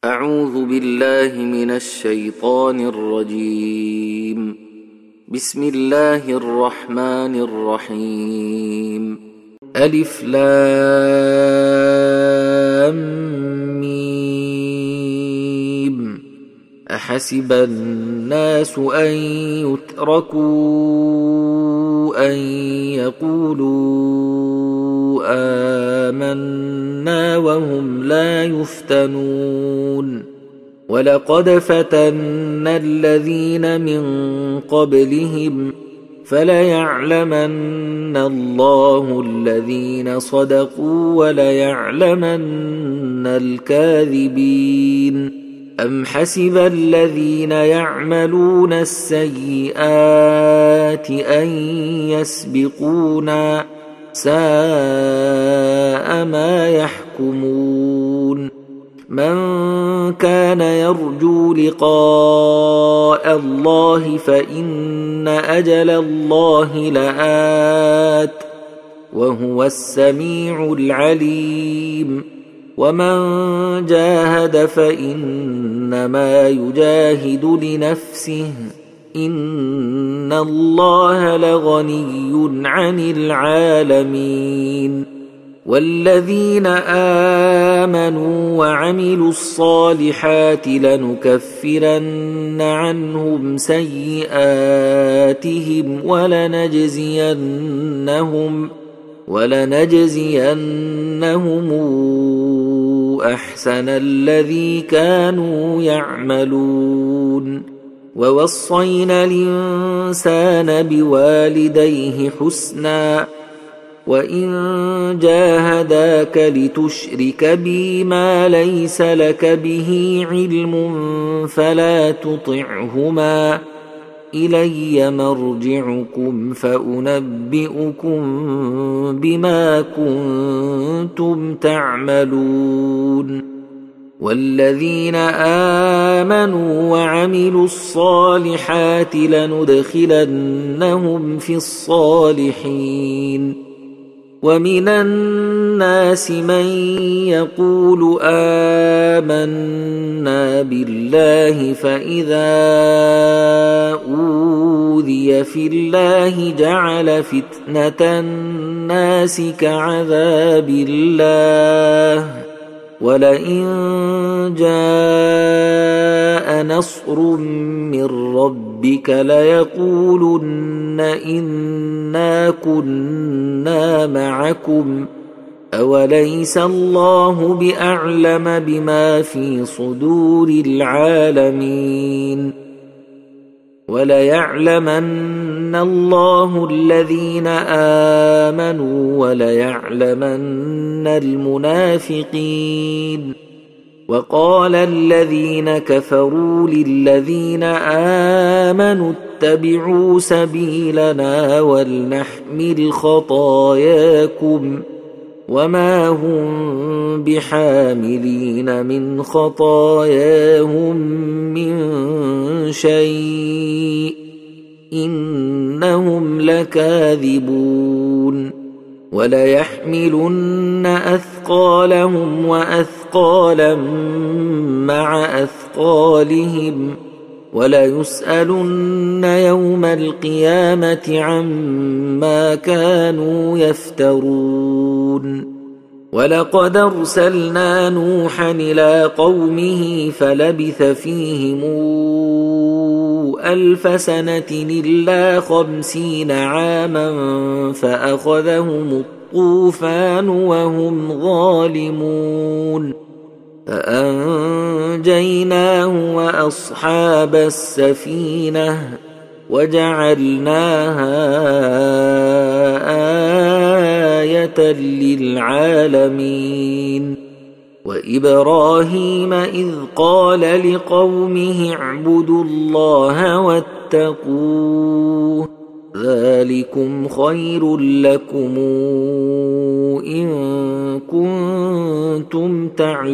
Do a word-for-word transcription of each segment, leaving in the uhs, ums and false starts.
أعوذ بالله من الشيطان الرجيم. بسم الله الرحمن الرحيم. ألف لام ميم. أحسب الناس أن يتركوا أن يقولوا آمنا وهم لا يفتنون. ولقد فتنا الذين من قبلهم فليعلمن الله الذين صدقوا وليعلمن الكاذبين. أم حسب الذين يعملون السيئات أن يسبقونا ساء ما يحكمون. من كان يرجو لقاء الله فإن أجل الله لآت وهو السميع العليم. ومن جاهد فإنما يجاهد لنفسه إن الله لغني عن العالمين. والذين آمنوا وعملوا الصالحات لنكفرن عنهم سيئاتهم ولنجزينهم ولنجزينهم أحسن الذي كانوا يعملون. ووصينا الإنسان بوالديه حسنا وإن جاهداك لتشرك بي ما ليس لك به علم فلا تطعهما إلي مرجعكم فأنبئكم بما كنتم تعملون. والذين آمنوا وعملوا الصالحات لندخلنهم في الصالحين. ومن الناس من يقول آمنا بالله فإذا أوذي في الله جعل فتنة الناس كعذاب الله ولئن جاء نصر من ربك ليقولن إنا كنا معكم أوليس الله بأعلم بما في صدور العالمين. وليعلمن الله الذين آمنوا وليعلمن المنافقين. وقال الذين كفروا للذين آمنوا اتبعوا سبيلنا ولنحمل خطاياكم وما هم بحاملين من خطاياهم من شيء إنهم لكاذبون. وليحملن أثقالهم وأثقالا مع أثقالهم وليسألن يوم القيامة عما كانوا يفترون. ولقد أرسلنا نوحا إلى قومه فلبث فيهم ألف سنة إلا خمسين عاما فأخذهم الطوفان وهم ظالمون فأنجيناه وأصحاب السفينة وجعلناها آية للعالمين. وإبراهيم إذ قال لقومه اعبدوا الله واتقوه ذلكم خير لكم إن كنتم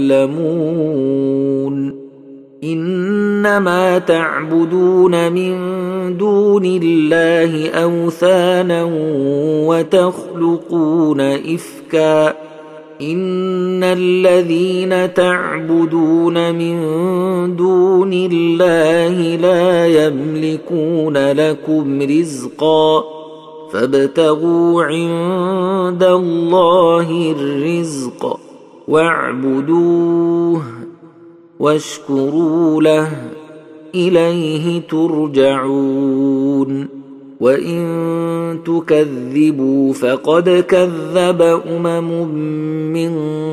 تعلمون. إنما تعبدون من دون الله أوثانا وتخلقون إفكا إن الذين تعبدون من دون الله لا يملكون لكم رزقا فابتغوا عند الله الرزق واعبدوه واشكروا له إليه ترجعون وإن تكذبوا فقد كذب أمم من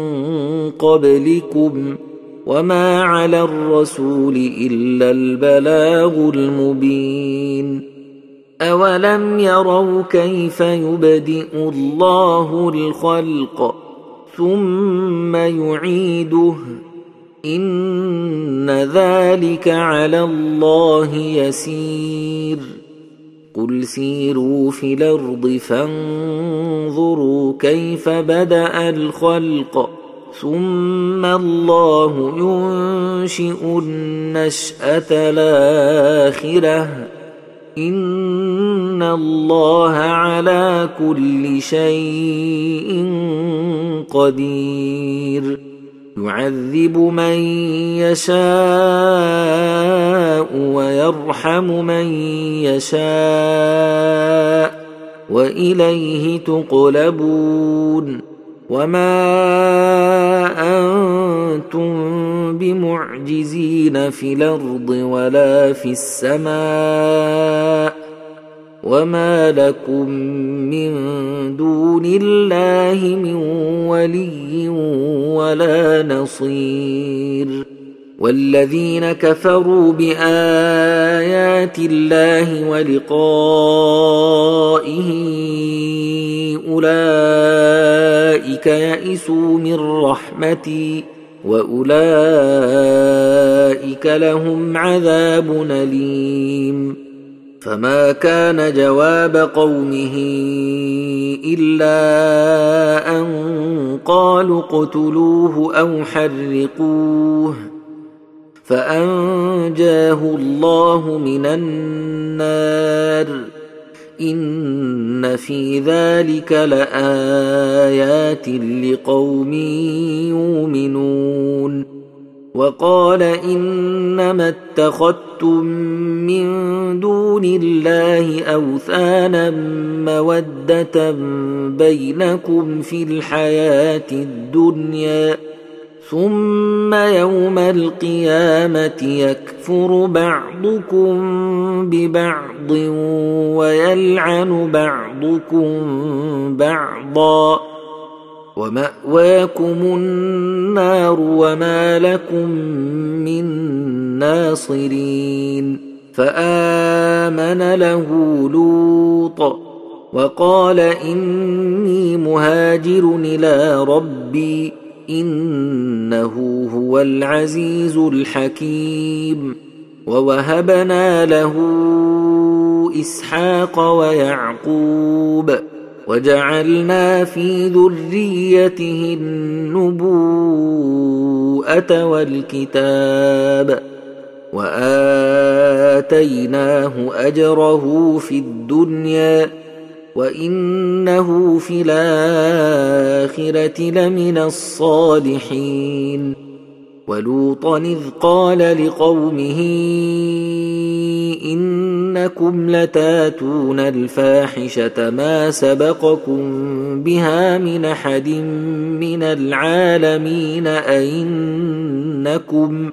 قبلكم وما على الرسول إلا البلاغ المبين أولم يروا كيف يبدئ الله الخلق ثم يعيده إن ذلك على الله يسير قل سيروا في الأرض فانظروا كيف بدأ الخلق ثم الله ينشئ النشأة الآخرة إن الله على كل شيء قدير يعذب من يشاء ويرحم من يشاء وإليه تقلبون وما أنتم بمعجزين في الأرض ولا في السماء وما لكم من دون الله من ولي ولا نصير والذين كفروا بآيات الله ولقائه أولئك يئسوا من رحمتي وأولئك لهم عذاب أليم فما كان جواب قومه إلا أن قالوا اقتلوه أو حرقوه فأنجاه الله من النار إن في ذلك لآيات لقوم يؤمنون وقال إنما اتخذتم من دون الله أوثانا مودة بينكم في الحياة الدنيا ثم يوم القيامة يكفر بعضكم ببعض ويلعن بعضكم بعضا ومأواكم النار وما لكم من ناصرين فآمن له لوط وقال إني مهاجر إلى ربي إنه هو العزيز الحكيم ووهبنا له إسحاق ويعقوب وجعلنا في ذريته النبوءة والكتاب وآتيناه أجره في الدنيا وإنه في الآخرة لمن الصالحين ولوطا إذ قال لقومه إنكم لتاتون الفاحشة ما سبقكم بها من أحد من العالمين أئنكم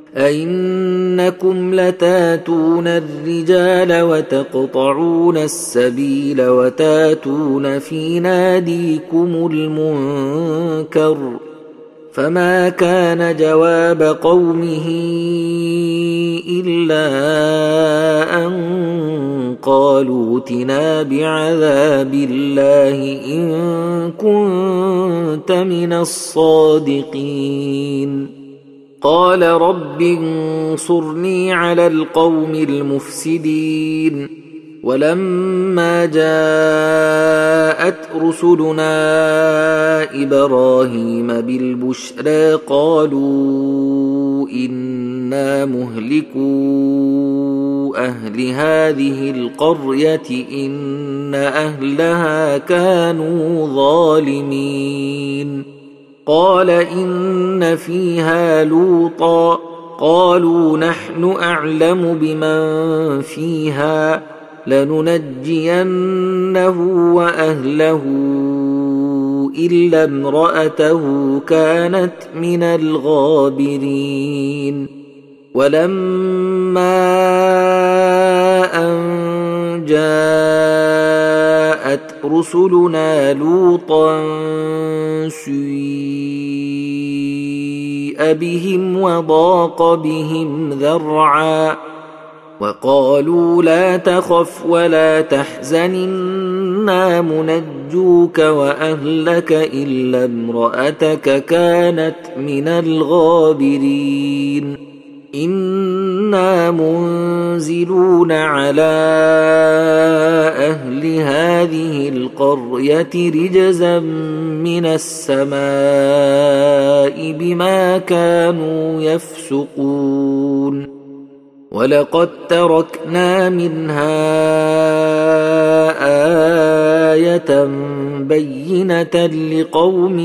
أئنكم لتاتون الرجال وتقطعون السبيل وتاتون في ناديكم المنكر فما كان جواب قومه إلا أن قالوا ائتنا بعذاب الله إن كنت من الصادقين قال رب انصرني على القوم المفسدين ولما جاءت رسلنا إبراهيم بالبشرى قالوا إنا مهلكو أهل هذه القرية إن أهلها كانوا ظالمين قال إن فيها لوطا قالوا نحن أعلم بمن فيها لننجينه وأهله إلا امرأته كانت من الغابرين ولما أن جاءت رسلنا لوطا سيء بهم وضاق بهم ذرعا وقالوا لا تخف ولا تحزن إنا منجوك وأهلك إلا امرأتك كانت من الغابرين إنا منزلون على أهل هذه القرية رجزا من السماء بما كانوا يفسقون ولقد تركنا منها آية بينة لقوم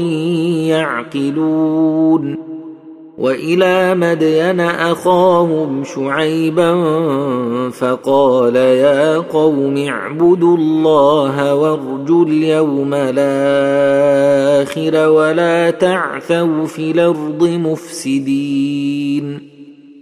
يعقلون وإلى مدين أخاهم شعيبا فقال يا قوم اعبدوا الله وارجوا اليوم الآخر ولا تعثوا في الأرض مفسدين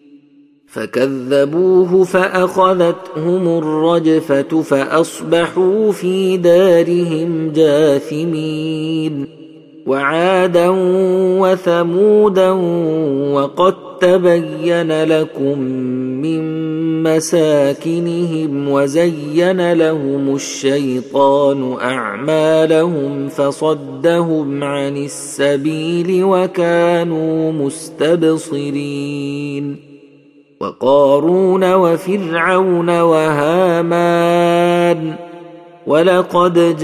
فكذبوه فأخذتهم الرجفة فأصبحوا في دارهم جاثمين وعادا وثمودا وقد تبين لكم من مساكنهم وزين لهم الشيطان أعمالهم فصدهم عن السبيل وكانوا مستبصرين وقارون وفرعون وهامان ولقد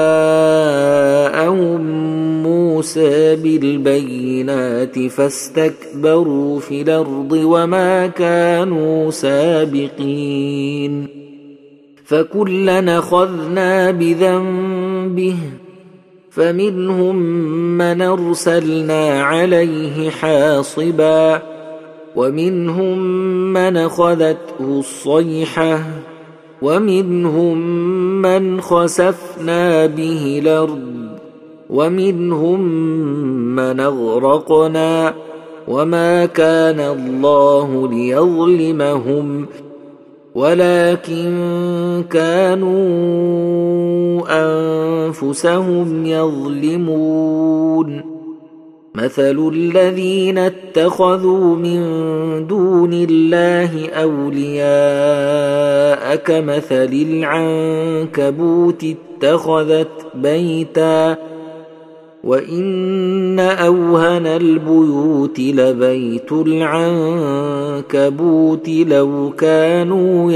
جاءهم موسى بالبينات فاستكبروا في الأرض وما كانوا سابقين فكلنا أخذنا بذنبه فمنهم من أرسلنا عليه حاصبا ومنهم من أخذته الصيحة ومنهم من خسفنا به الأرض ومنهم من أغرقنا وما كان الله ليظلمهم ولكن كانوا أنفسهم يظلمون مثل الذين اتخذوا من دون الله أولياء كمثل العنكبوت اتخذت بيتا وإن أوهن البيوت لبيت العنكبوت لو كانوا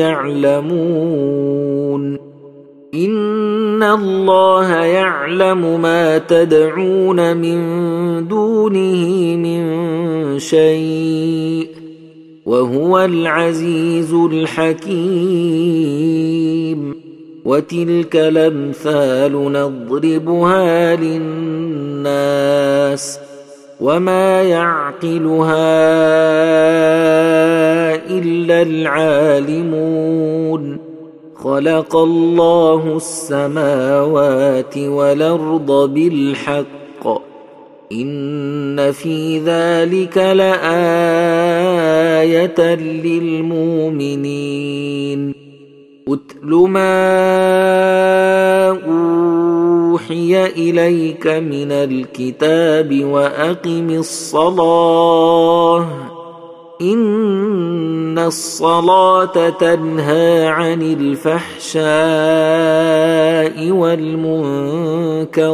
يعلمون إن الله يعلم ما تدعون من دونه من شيء وهو العزيز الحكيم وتلك الأمثال نضربها للناس وما يعقلها إلا العالمون خلق الله السماوات والأرض بالحق إن في ذلك لآية للمؤمنين أتل ما أوحي إليك من الكتاب وأقم الصلاة إن الصلاة تنهى عن الفحشاء والمنكر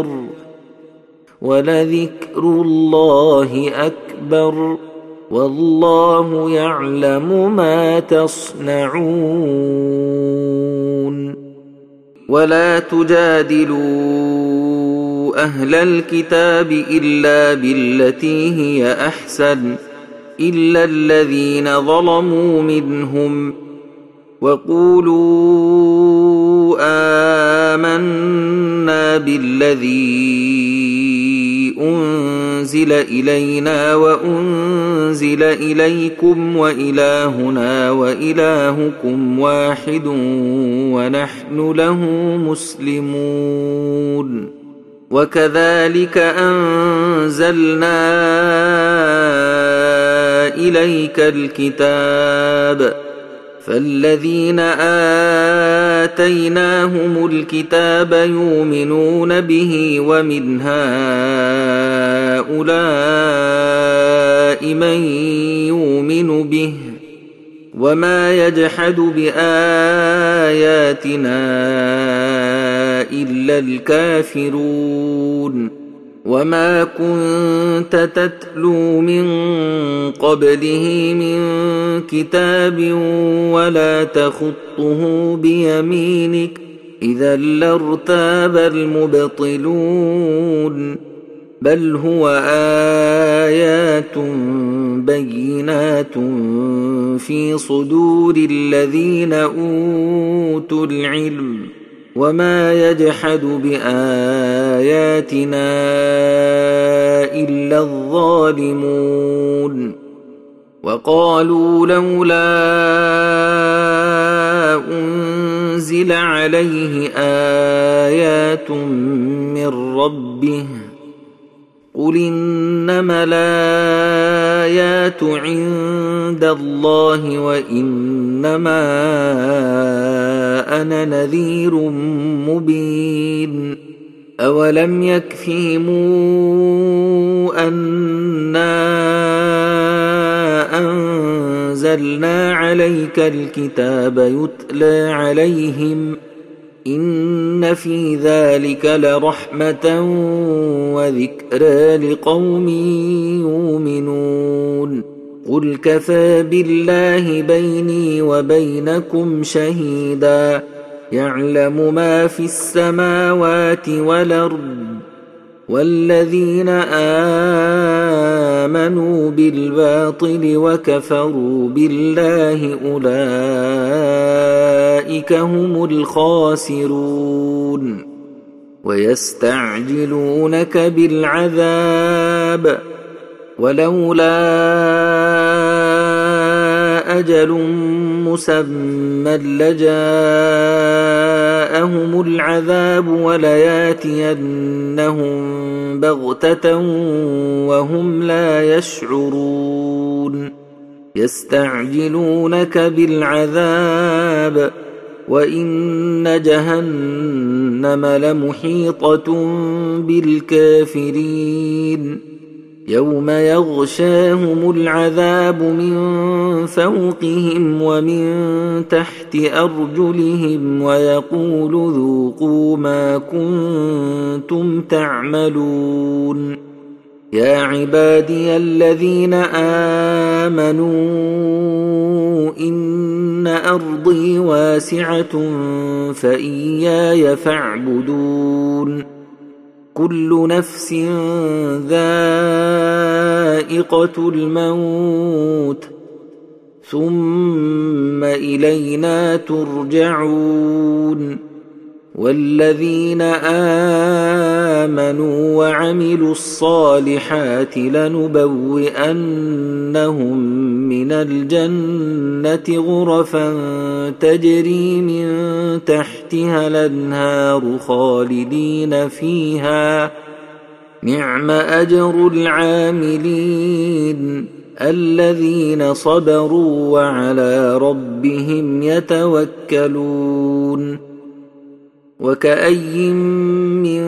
ولذكر الله أكبر والله يعلم ما تصنعون ولا تجادلوا أهل الكتاب إلا بالتي هي أحسن إلا الذين ظلموا منهم وقولوا آمنا بالذي أنزل إلينا وأنزل إليكم وإلهنا وإلهكم واحد ونحن له مسلمون وكذلك أنزلنا إليك الكتاب فالذين آتيناهم الكتاب يؤمنون به ومن هؤلاء من يؤمن به وما يجحد بآياتنا إلا الكافرون وما كنت تتلو من قبله من كتاب ولا تخطه بيمينك إذا لارتاب المبطلون بل هو آيات بينات في صدور الذين أوتوا العلم وما يجحد بآياتنا إلا الظالمون وقالوا لولا أنزل عليه آيات من ربه قل إنما الآيات عند الله وإنما أنا نذير مبين أولم يكفهم أنا أنزلنا عليك الكتاب يتلى عليهم إن في ذلك لرحمة وذكرى لقوم يؤمنون قل كفى بالله بيني وبينكم شهيدا يعلم ما في السماوات والأرض والذين آمنوا بالباطل وكفروا بالله أولئك هم الخاسرون ويستعجلونك بالعذاب ولولا أجل مسمى لجاءهم العذاب ولياتينهم بغتة وهم لا يشعرون يستعجلونك بالعذاب وإن جهنم لمحيطة بالكافرين يوم يغشاهم العذاب من فوقهم ومن تحت أرجلهم ويقول ذوقوا ما كنتم تعملون يا عبادي الذين آمنوا إن أرضي واسعة فإياي فاعبدون كل نفس ذائقة الموت ثم إلينا ترجعون والذين آمنوا وعملوا الصالحات لنبوئنهم من الجنة غرفا تجري من تحتها الأنهار خالدين فيها نعم أجر العاملين الذين صبروا وعلى ربهم يتوكلون وكأي من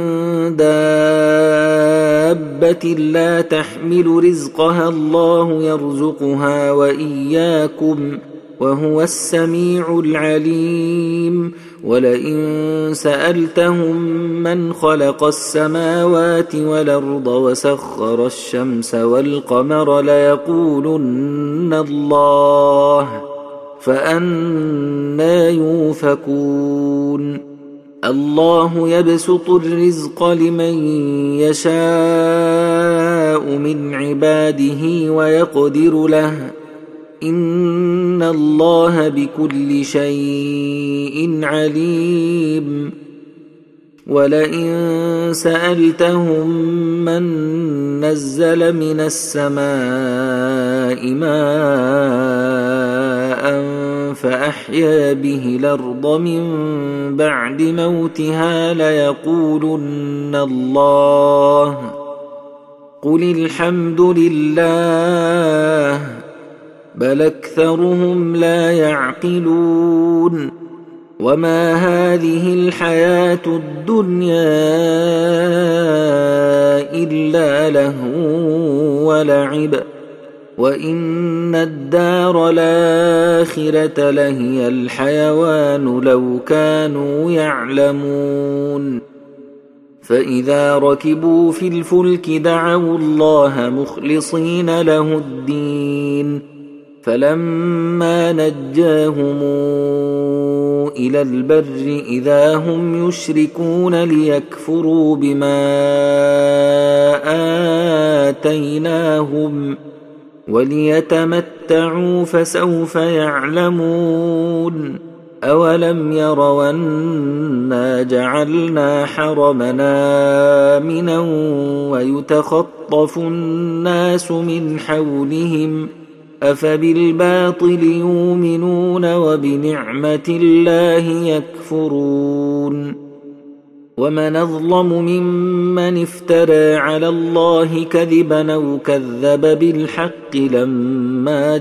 دابة لا تحمل رزقها الله يرزقها وإياكم وهو السميع العليم ولئن سألتهم من خلق السماوات والأرض وسخر الشمس والقمر ليقولن الله فأنى يؤفكون الله يبسط الرزق لمن يشاء من عباده ويقدر له إن الله بكل شيء عليم ولئن سألتهم من نزل من السماء ماء فأحيا به الأرض من بعد موتها ليقولن الله قل الحمد لله بل أكثرهم لا يعقلون وما هذه الحياة الدنيا إلا لهو ولعب وإن الدار الآخرة لهي الحيوان لو كانوا يعلمون فإذا ركبوا في الفلك دعوا الله مخلصين له الدين فلما نجاهم إلى البر إذا هم يشركون ليكفروا بما آتيناهم وليتمتعوا فسوف يعلمون أولم يروا أنا جعلنا حرمنا آمنا ويتخطف الناس من حولهم أفبالباطل يؤمنون وبنعمة الله يكفرون ومن أظلم ممن افترى على الله كذبا أو كذب بالحق لما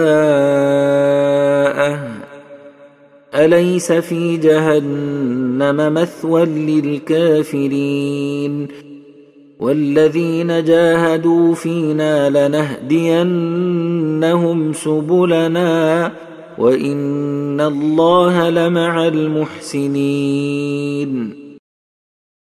جاءه أليس في جهنم مثوى للكافرين والذين جاهدوا فينا لنهدينهم سبلنا وإن الله لمع المحسنين